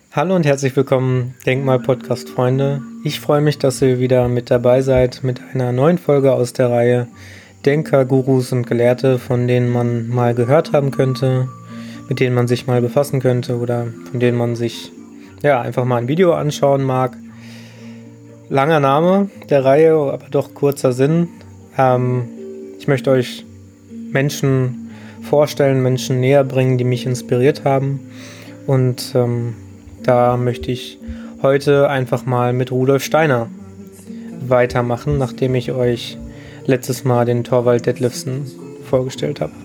Hallo und herzlich willkommen, Denkmal-Podcast-Freunde. Ich freue mich, dass ihr wieder mit dabei seid mit einer neuen Folge aus der Reihe Denker, Gurus und Gelehrte, von denen man mal gehört haben könnte, mit denen man sich mal befassen könnte oder von denen man sich einfach mal ein Video anschauen mag. Langer Name der Reihe, aber doch kurzer Sinn. Ich möchte euch Menschen vorstellen, Menschen näher bringen, die mich inspiriert haben. Und da möchte ich heute einfach mal mit Rudolf Steiner weitermachen, nachdem ich euch letztes Mal den Thorvald Detlefsen vorgestellt habe.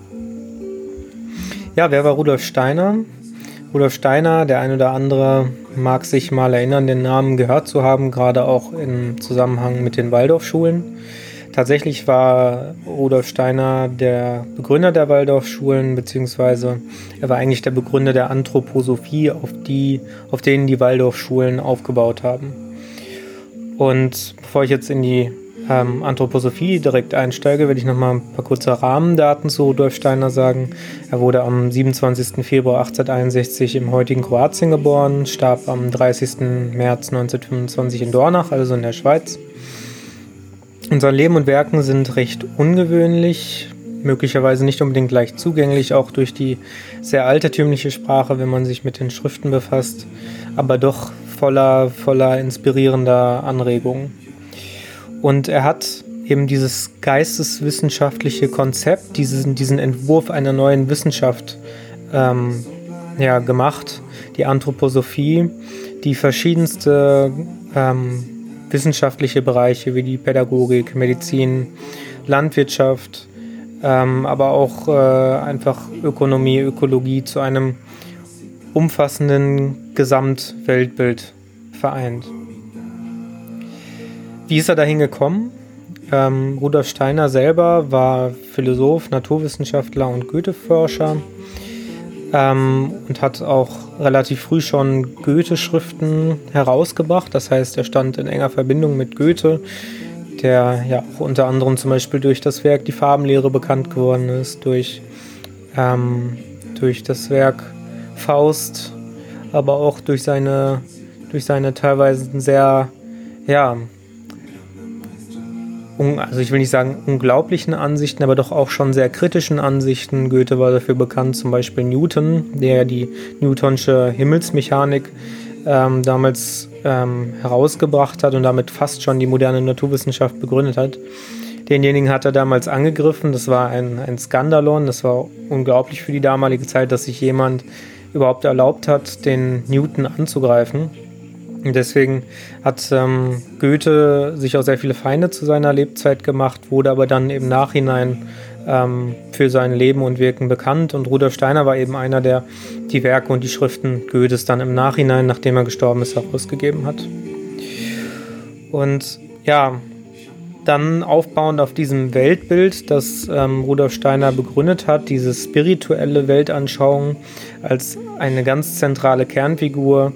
Ja, wer war Rudolf Steiner? Rudolf Steiner, der ein oder andere mag sich mal erinnern, den Namen gehört zu haben, gerade auch im Zusammenhang mit den Waldorfschulen. Tatsächlich war Rudolf Steiner der Begründer der Waldorfschulen, beziehungsweise er war eigentlich der Begründer der Anthroposophie, auf denen die Waldorfschulen aufgebaut haben. Und bevor ich jetzt in die Anthroposophie direkt einsteige, werde ich nochmal ein paar kurze Rahmendaten zu Rudolf Steiner sagen. Er wurde am 27. Februar 1861 im heutigen Kroatien geboren, starb am 30. März 1925 in Dornach, also in der Schweiz. Und sein Leben und Werken sind recht ungewöhnlich, möglicherweise nicht unbedingt leicht zugänglich, auch durch die sehr altertümliche Sprache, wenn man sich mit den Schriften befasst, aber doch voller inspirierender Anregungen. Und er hat eben dieses geisteswissenschaftliche Konzept, diesen Entwurf einer neuen Wissenschaft gemacht, die Anthroposophie, die verschiedenste wissenschaftliche Bereiche wie die Pädagogik, Medizin, Landwirtschaft, aber auch einfach Ökonomie, Ökologie zu einem umfassenden Gesamtweltbild vereint. Wie ist er dahin gekommen? Rudolf Steiner selber war Philosoph, Naturwissenschaftler und Goethe-Forscher und hat auch relativ früh schon Goethe-Schriften herausgebracht. Das heißt, er stand in enger Verbindung mit Goethe, der ja auch unter anderem zum Beispiel durch das Werk Die Farbenlehre bekannt geworden ist, durch das Werk Faust, aber auch durch seine teilweise sehr, also ich will nicht sagen unglaublichen Ansichten, aber doch auch schon sehr kritischen Ansichten. Goethe war dafür bekannt, zum Beispiel Newton, der die Newtonsche Himmelsmechanik damals herausgebracht hat und damit fast schon die moderne Naturwissenschaft begründet hat. Denjenigen hat er damals angegriffen, das war ein Skandalon, das war unglaublich für die damalige Zeit, dass sich jemand überhaupt erlaubt hat, den Newton anzugreifen. Und deswegen hat Goethe sich auch sehr viele Feinde zu seiner Lebzeit gemacht, wurde aber dann im Nachhinein für sein Leben und Wirken bekannt. Und Rudolf Steiner war eben einer, der die Werke und die Schriften Goethes dann im Nachhinein, nachdem er gestorben ist, herausgegeben hat. Und dann aufbauend auf diesem Weltbild, das Rudolf Steiner begründet hat, diese spirituelle Weltanschauung als eine ganz zentrale Kernfigur,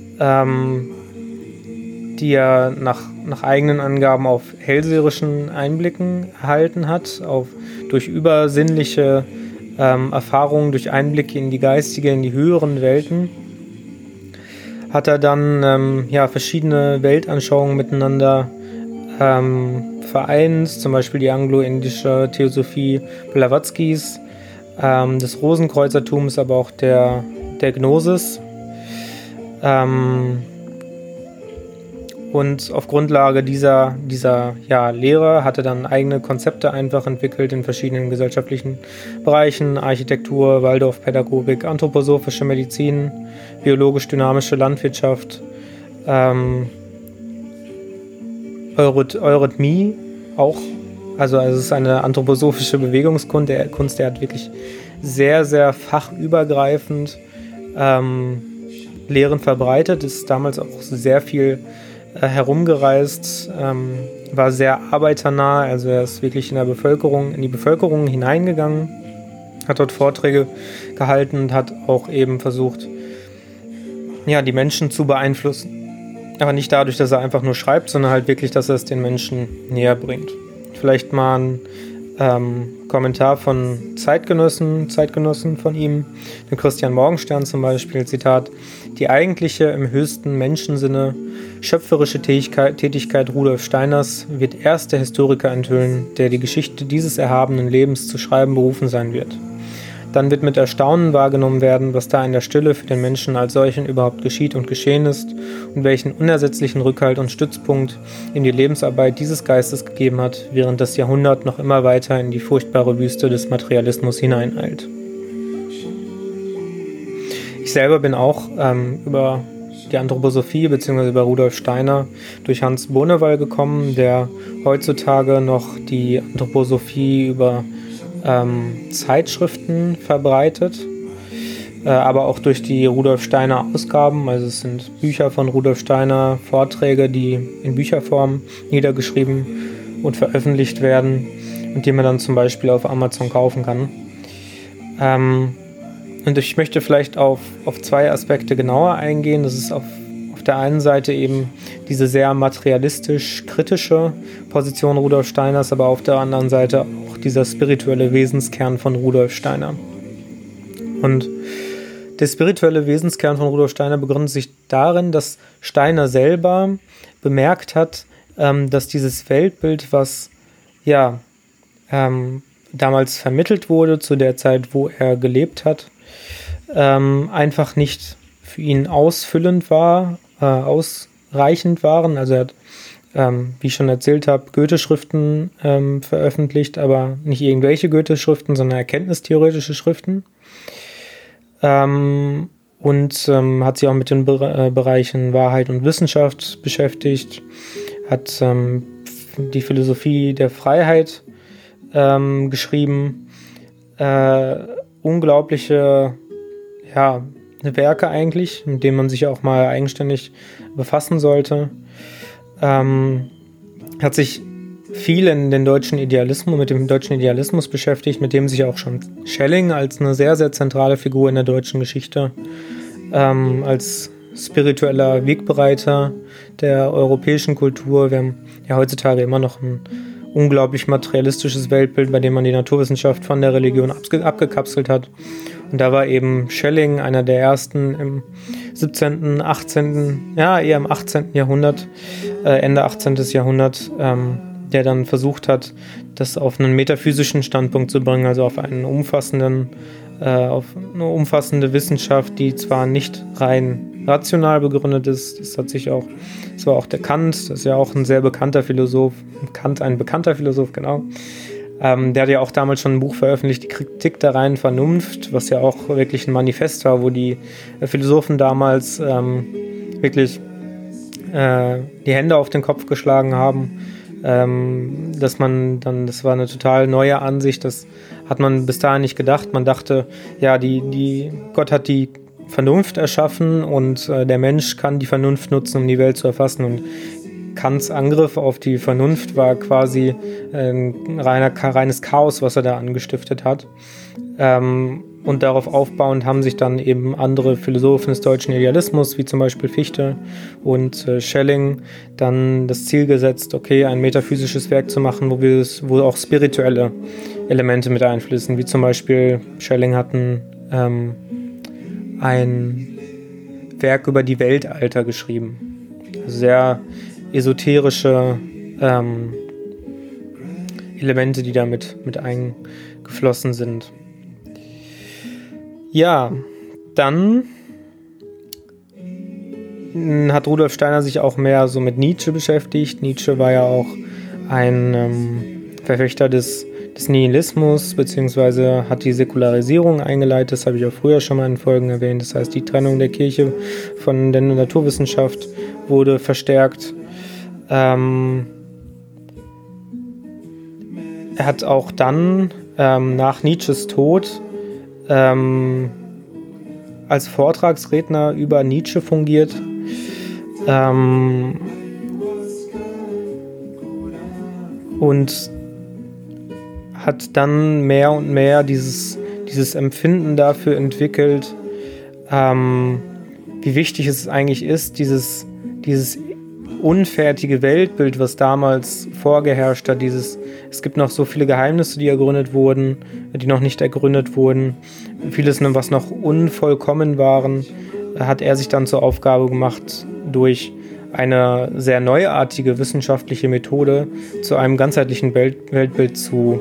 die er nach eigenen Angaben auf hellseherischen Einblicken erhalten hat, durch übersinnliche Erfahrungen, durch Einblicke in die geistige, in die höheren Welten, hat er dann verschiedene Weltanschauungen miteinander vereint, zum Beispiel die anglo-indische Theosophie Blavatskys, des Rosenkreuzertums, aber auch der Gnosis. Und auf Grundlage dieser Lehre hat er dann eigene Konzepte einfach entwickelt in verschiedenen gesellschaftlichen Bereichen: Architektur, Waldorfpädagogik, anthroposophische Medizin, biologisch-dynamische Landwirtschaft, Eurythmie auch. Also es ist eine anthroposophische Bewegungskunst. Der hat wirklich sehr, sehr fachübergreifend Lehren verbreitet, ist damals auch sehr viel herumgereist, war sehr arbeiternah, also er ist wirklich in die Bevölkerung hineingegangen, hat dort Vorträge gehalten und hat auch eben versucht, die Menschen zu beeinflussen. Aber nicht dadurch, dass er einfach nur schreibt, sondern halt wirklich, dass er es den Menschen näher bringt. Vielleicht mal Kommentar von Zeitgenossen von ihm, dem Christian Morgenstern zum Beispiel, Zitat: Die eigentliche, im höchsten Menschensinne schöpferische Tätigkeit Rudolf Steiners wird erst der Historiker enthüllen, der die Geschichte dieses erhabenen Lebens zu schreiben berufen sein wird. Dann wird mit Erstaunen wahrgenommen werden, was da in der Stille für den Menschen als solchen überhaupt geschieht und geschehen ist und welchen unersetzlichen Rückhalt und Stützpunkt ihm die Lebensarbeit dieses Geistes gegeben hat, während das Jahrhundert noch immer weiter in die furchtbare Wüste des Materialismus hineineilt. Ich selber bin auch über die Anthroposophie bzw. über Rudolf Steiner durch Hans Bonewall gekommen, der heutzutage noch die Anthroposophie über Zeitschriften verbreitet, aber auch durch die Rudolf Steiner Ausgaben, also es sind Bücher von Rudolf Steiner, Vorträge, die in Bücherform niedergeschrieben und veröffentlicht werden und die man dann zum Beispiel auf Amazon kaufen kann. Und ich möchte vielleicht auf zwei Aspekte genauer eingehen. Das ist auf der einen Seite eben diese sehr materialistisch-kritische Position Rudolf Steiners, aber auf der anderen Seite auch dieser spirituelle Wesenskern von Rudolf Steiner. Und der spirituelle Wesenskern von Rudolf Steiner begründet sich darin, dass Steiner selber bemerkt hat, dass dieses Weltbild, was damals vermittelt wurde, zu der Zeit, wo er gelebt hat, einfach nicht für ihn ausreichend waren. Also er hat, wie ich schon erzählt habe, Goethe-Schriften veröffentlicht, aber nicht irgendwelche Goethe-Schriften, sondern erkenntnistheoretische Schriften. Und hat sich auch mit den Bereichen Wahrheit und Wissenschaft beschäftigt, hat die Philosophie der Freiheit geschrieben, unglaubliche Werke eigentlich, mit denen man sich auch mal eigenständig befassen sollte. Hat sich viel mit dem deutschen Idealismus beschäftigt, mit dem sich auch schon Schelling als eine sehr, sehr zentrale Figur in der deutschen Geschichte, als spiritueller Wegbereiter der europäischen Kultur. Wir haben ja heutzutage immer noch ein unglaublich materialistisches Weltbild, bei dem man die Naturwissenschaft von der Religion abgekapselt hat. Und da war eben Schelling einer der ersten im 17., 18., eher im 18. Jahrhundert, Ende 18. Jahrhundert, der dann versucht hat, das auf einen metaphysischen Standpunkt zu bringen, also auf eine umfassende Wissenschaft, die zwar nicht rein rational begründet ist, das war auch der Kant, das ist ja auch ein sehr bekannter Philosoph, ein bekannter Philosoph, genau. Der hat ja auch damals schon ein Buch veröffentlicht, die Kritik der reinen Vernunft, was ja auch wirklich ein Manifest war, wo die Philosophen damals wirklich die Hände auf den Kopf geschlagen haben, das war eine total neue Ansicht, das hat man bis dahin nicht gedacht. Man dachte, ja, Gott hat die Vernunft erschaffen und der Mensch kann die Vernunft nutzen, um die Welt zu erfassen, und Kants Angriff auf die Vernunft war quasi ein reines Chaos, was er da angestiftet hat. Und darauf aufbauend haben sich dann eben andere Philosophen des deutschen Idealismus, wie zum Beispiel Fichte und Schelling, dann das Ziel gesetzt, okay, ein metaphysisches Werk zu machen, wo auch spirituelle Elemente mit einfließen, wie zum Beispiel Schelling hatten ein Werk über die Weltalter geschrieben. Also sehr esoterische Elemente, die da mit eingeflossen sind. Ja, dann hat Rudolf Steiner sich auch mehr so mit Nietzsche beschäftigt. Nietzsche war ja auch ein Verfechter des Nihilismus, beziehungsweise hat die Säkularisierung eingeleitet. Das habe ich auch früher schon mal in Folgen erwähnt. Das heißt, die Trennung der Kirche von der Naturwissenschaft wurde verstärkt. Er hat auch dann nach Nietzsches Tod als Vortragsredner über Nietzsche fungiert. Und hat dann mehr und mehr dieses Empfinden dafür entwickelt, wie wichtig es eigentlich ist, dieses unfertige Weltbild, was damals vorgeherrscht hat, es gibt noch so viele Geheimnisse, die ergründet wurden, die noch nicht ergründet wurden, vieles, was noch unvollkommen waren, hat er sich dann zur Aufgabe gemacht, durch eine sehr neuartige wissenschaftliche Methode zu einem ganzheitlichen Weltbild zu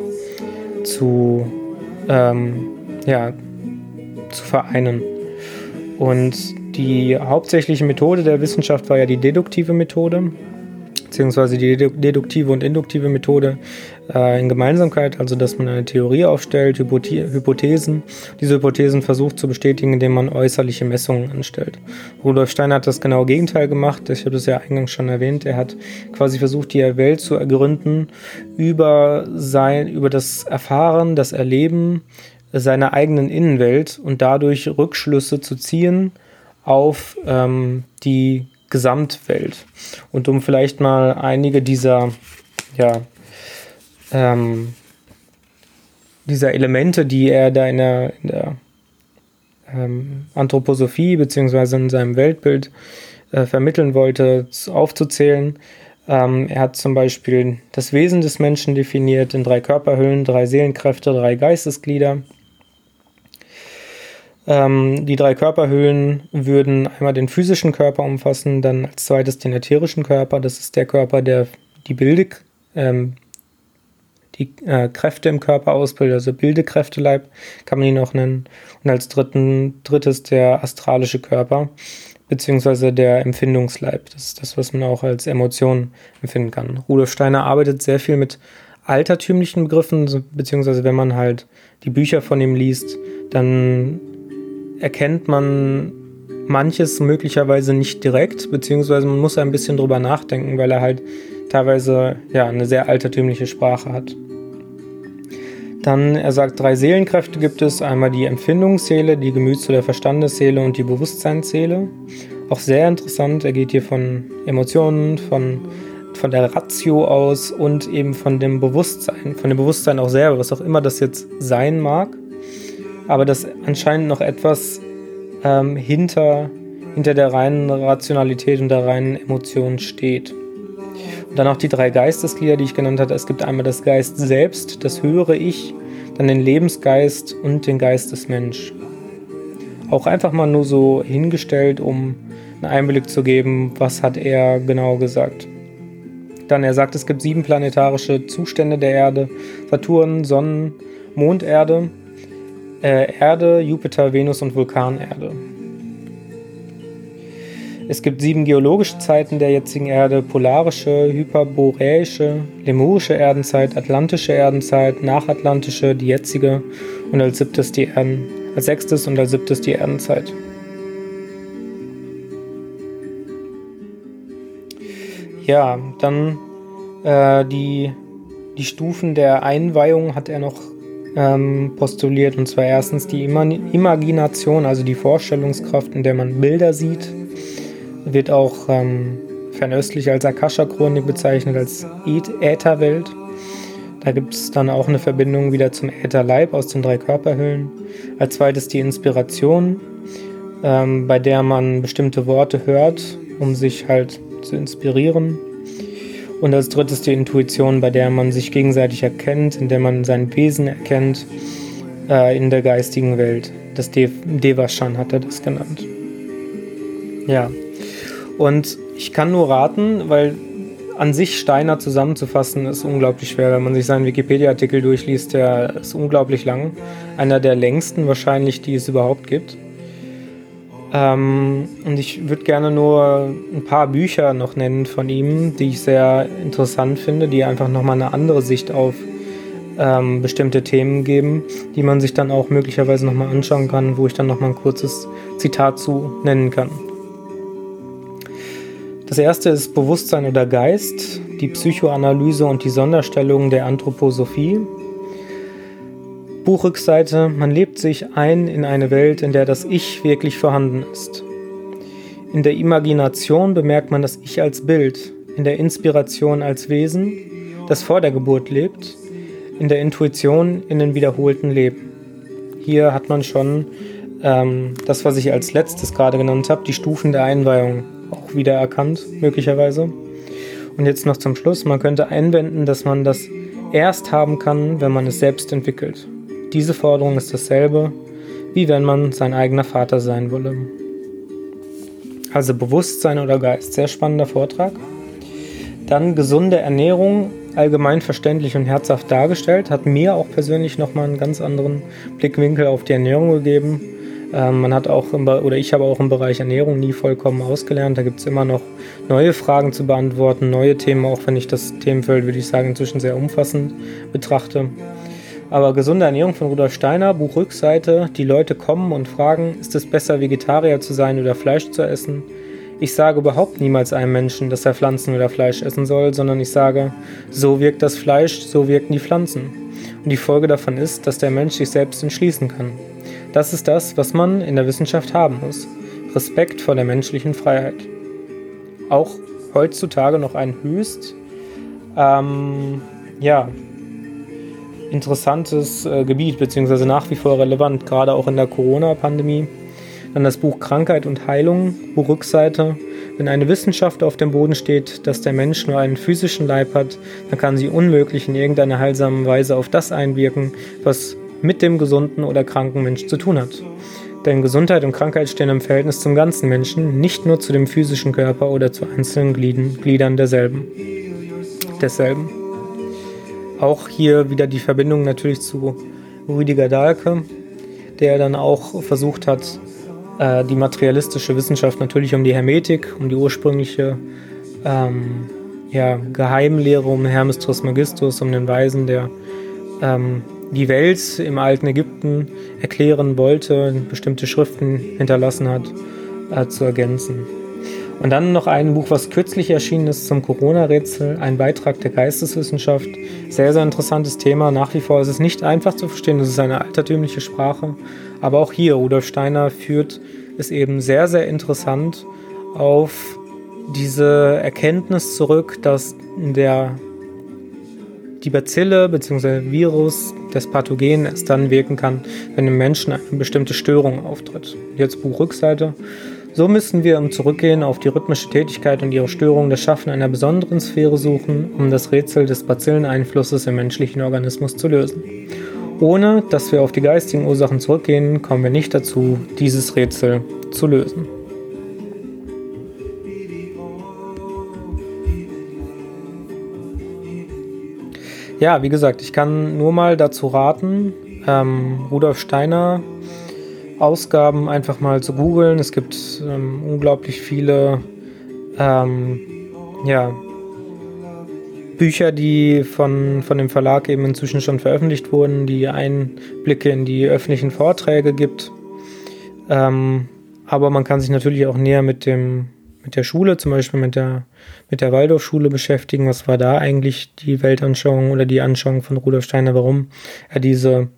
vereinen. Und die hauptsächliche Methode der Wissenschaft war ja die deduktive Methode, beziehungsweise die deduktive und induktive Methode in Gemeinsamkeit, also dass man eine Theorie aufstellt, Hypothesen. Diese Hypothesen versucht zu bestätigen, indem man äußerliche Messungen anstellt. Rudolf Steiner hat das genaue Gegenteil gemacht, ich habe das ja eingangs schon erwähnt. Er hat quasi versucht, die Welt zu ergründen über das Erfahren, das Erleben seiner eigenen Innenwelt und dadurch Rückschlüsse zu ziehen auf die Gesamtwelt. Und um vielleicht mal einige dieser Elemente, die er da in der Anthroposophie bzw. in seinem Weltbild vermitteln wollte, aufzuzählen. Er hat zum Beispiel das Wesen des Menschen definiert in 3 Körperhüllen, 3 Seelenkräfte, 3 Geistesglieder. Die 3 Körperhüllen würden einmal den physischen Körper umfassen, dann als zweites den ätherischen Körper. Das ist der Körper, der die Kräfte im Körper ausbildet, also Bildekräfteleib kann man ihn auch nennen. Und als drittes der astralische Körper, beziehungsweise der Empfindungsleib. Das ist das, was man auch als Emotion empfinden kann. Rudolf Steiner arbeitet sehr viel mit altertümlichen Begriffen, beziehungsweise wenn man halt die Bücher von ihm liest, dann erkennt man manches möglicherweise nicht direkt, beziehungsweise man muss ein bisschen drüber nachdenken, weil er halt teilweise eine sehr altertümliche Sprache hat. Dann, er sagt, 3 Seelenkräfte gibt es, einmal die Empfindungsseele, die Gemüts- oder Verstandesseele und die Bewusstseinsseele. Auch sehr interessant, er geht hier von Emotionen, von der Ratio aus und eben von dem Bewusstsein auch selber, was auch immer das jetzt sein mag. Aber dass anscheinend noch etwas hinter der reinen Rationalität und der reinen Emotion steht. Und dann auch die 3 Geistesglieder, die ich genannt hatte. Es gibt einmal das Geist selbst, das höhere Ich, dann den Lebensgeist und den Geist des Mensch. Auch einfach mal nur so hingestellt, um einen Einblick zu geben, was hat er genau gesagt. Dann, er sagt, es gibt 7 planetarische Zustände der Erde: Saturn, Sonnen, Monderde, Erde, Jupiter, Venus und Vulkanerde. Es gibt 7 geologische Zeiten der jetzigen Erde: polarische, hyperboreische, lemurische Erdenzeit, atlantische Erdenzeit, nachatlantische, die jetzige und als 6. und als 7. die Erdenzeit. Ja, dann die Stufen der Einweihung hat er noch postuliert, und zwar erstens die Imagination, also die Vorstellungskraft, in der man Bilder sieht, wird auch fernöstlich als Akasha-Chronik bezeichnet, als Ätherwelt. Da gibt es dann auch eine Verbindung wieder zum Ätherleib aus den 3 Körperhüllen. Als zweites die Inspiration, bei der man bestimmte Worte hört, um sich halt zu inspirieren. Und als drittes die Intuition, bei der man sich gegenseitig erkennt, in der man sein Wesen erkennt in der geistigen Welt. Das Devashan hat er das genannt. Ja, und ich kann nur raten, weil an sich Steiner zusammenzufassen ist unglaublich schwer. Wenn man sich seinen Wikipedia-Artikel durchliest, der ist unglaublich lang. Einer der längsten wahrscheinlich, die es überhaupt gibt. Und ich würde gerne nur ein paar Bücher noch nennen von ihm, die ich sehr interessant finde, die einfach nochmal eine andere Sicht auf bestimmte Themen geben, die man sich dann auch möglicherweise nochmal anschauen kann, wo ich dann nochmal ein kurzes Zitat zu nennen kann. Das erste ist Bewusstsein oder Geist, die Psychoanalyse und die Sonderstellungen der Anthroposophie. Buchrückseite: Man lebt sich ein in eine Welt, in der das Ich wirklich vorhanden ist. In der Imagination bemerkt man das Ich als Bild, in der Inspiration als Wesen, das vor der Geburt lebt, in der Intuition in den wiederholten Leben. Hier hat man schon das, was ich als letztes gerade genannt habe, die Stufen der Einweihung auch auch wieder erkannt, möglicherweise. Und jetzt noch zum Schluss, man könnte einwenden, dass man das erst haben kann, wenn man es selbst entwickelt. Diese Forderung ist dasselbe, wie wenn man sein eigener Vater sein wolle. Also Bewusstsein oder Geist, sehr spannender Vortrag. Dann gesunde Ernährung, allgemein verständlich und herzhaft dargestellt, hat mir auch persönlich nochmal einen ganz anderen Blickwinkel auf die Ernährung gegeben. Ich habe auch im Bereich Ernährung nie vollkommen ausgelernt. Da gibt es immer noch neue Fragen zu beantworten, neue Themen, auch wenn ich das Themenfeld, würde ich sagen, inzwischen sehr umfassend betrachte. Aber gesunde Ernährung von Rudolf Steiner, Buchrückseite, die Leute kommen und fragen, ist es besser, Vegetarier zu sein oder Fleisch zu essen? Ich sage überhaupt niemals einem Menschen, dass er Pflanzen oder Fleisch essen soll, sondern ich sage, so wirkt das Fleisch, so wirken die Pflanzen. Und die Folge davon ist, dass der Mensch sich selbst entschließen kann. Das ist das, was man in der Wissenschaft haben muss. Respekt vor der menschlichen Freiheit. Auch heutzutage noch ein höchst interessantes Gebiet, beziehungsweise nach wie vor relevant, gerade auch in der Corona-Pandemie. Dann das Buch Krankheit und Heilung, Buchrückseite. Wenn eine Wissenschaft auf dem Boden steht, dass der Mensch nur einen physischen Leib hat, dann kann sie unmöglich in irgendeiner heilsamen Weise auf das einwirken, was mit dem gesunden oder kranken Mensch zu tun hat. Denn Gesundheit und Krankheit stehen im Verhältnis zum ganzen Menschen, nicht nur zu dem physischen Körper oder zu einzelnen Gliedern desselben. Auch hier wieder die Verbindung natürlich zu Rüdiger Dahlke, der dann auch versucht hat, die materialistische Wissenschaft natürlich um die Hermetik, um die ursprüngliche Geheimlehre um Hermes Trismegistus, um den Weisen, der die Welt im alten Ägypten erklären wollte, bestimmte Schriften hinterlassen hat, zu ergänzen. Und dann noch ein Buch, was kürzlich erschienen ist zum Corona-Rätsel, ein Beitrag der Geisteswissenschaft. Sehr, sehr interessantes Thema. Nach wie vor ist es nicht einfach zu verstehen, das ist eine altertümliche Sprache. Aber auch hier, Rudolf Steiner führt es eben sehr, sehr interessant auf diese Erkenntnis zurück, dass die Bazille bzw. Virus, das Pathogen erst dann wirken kann, wenn im Menschen eine bestimmte Störung auftritt. Jetzt Buchrückseite. So müssen wir im Zurückgehen auf die rhythmische Tätigkeit und ihre Störung das Schaffen einer besonderen Sphäre suchen, um das Rätsel des Bazilleneinflusses im menschlichen Organismus zu lösen. Ohne dass wir auf die geistigen Ursachen zurückgehen, kommen wir nicht dazu, dieses Rätsel zu lösen. Ja, wie gesagt, ich kann nur mal dazu raten, Rudolf Steiner Ausgaben einfach mal zu googeln. Es gibt unglaublich viele Bücher, die von dem Verlag eben inzwischen schon veröffentlicht wurden, die Einblicke in die öffentlichen Vorträge gibt. Aber man kann sich natürlich auch näher mit der Schule, zum Beispiel mit der Waldorfschule beschäftigen. Was war da eigentlich die Weltanschauung oder die Anschauung von Rudolf Steiner, warum er diese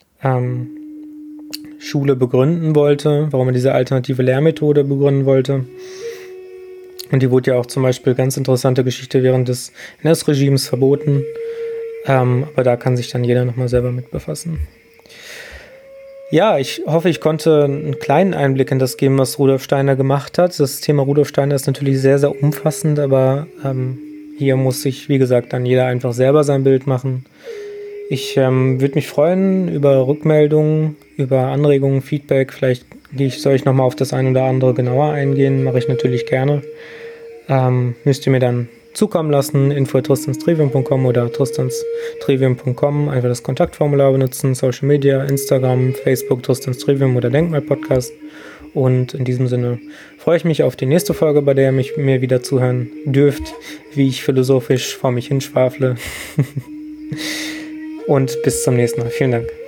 Schule begründen wollte, warum er diese alternative Lehrmethode begründen wollte. Und die wurde ja auch zum Beispiel, ganz interessante Geschichte, während des NS-Regimes verboten. Aber da kann sich dann jeder nochmal selber mit befassen. Ja, ich hoffe, ich konnte einen kleinen Einblick in das geben, was Rudolf Steiner gemacht hat. Das Thema Rudolf Steiner ist natürlich sehr, sehr umfassend, aber hier muss sich, wie gesagt, dann jeder einfach selber sein Bild machen. Ich würde mich freuen über Rückmeldungen, über Anregungen, Feedback. Vielleicht soll ich nochmal auf das ein oder andere genauer eingehen. Mache ich natürlich gerne. Müsst ihr mir dann zukommen lassen. info@tristanstrivium.com oder tristanstrivium.com. Einfach das Kontaktformular benutzen. Social Media, Instagram, Facebook, Tristanstrivium oder Denkmal-Podcast. Und in diesem Sinne freue ich mich auf die nächste Folge, bei der ihr mir wieder zuhören dürft, wie ich philosophisch vor mich hinschwafle. Und bis zum nächsten Mal. Vielen Dank.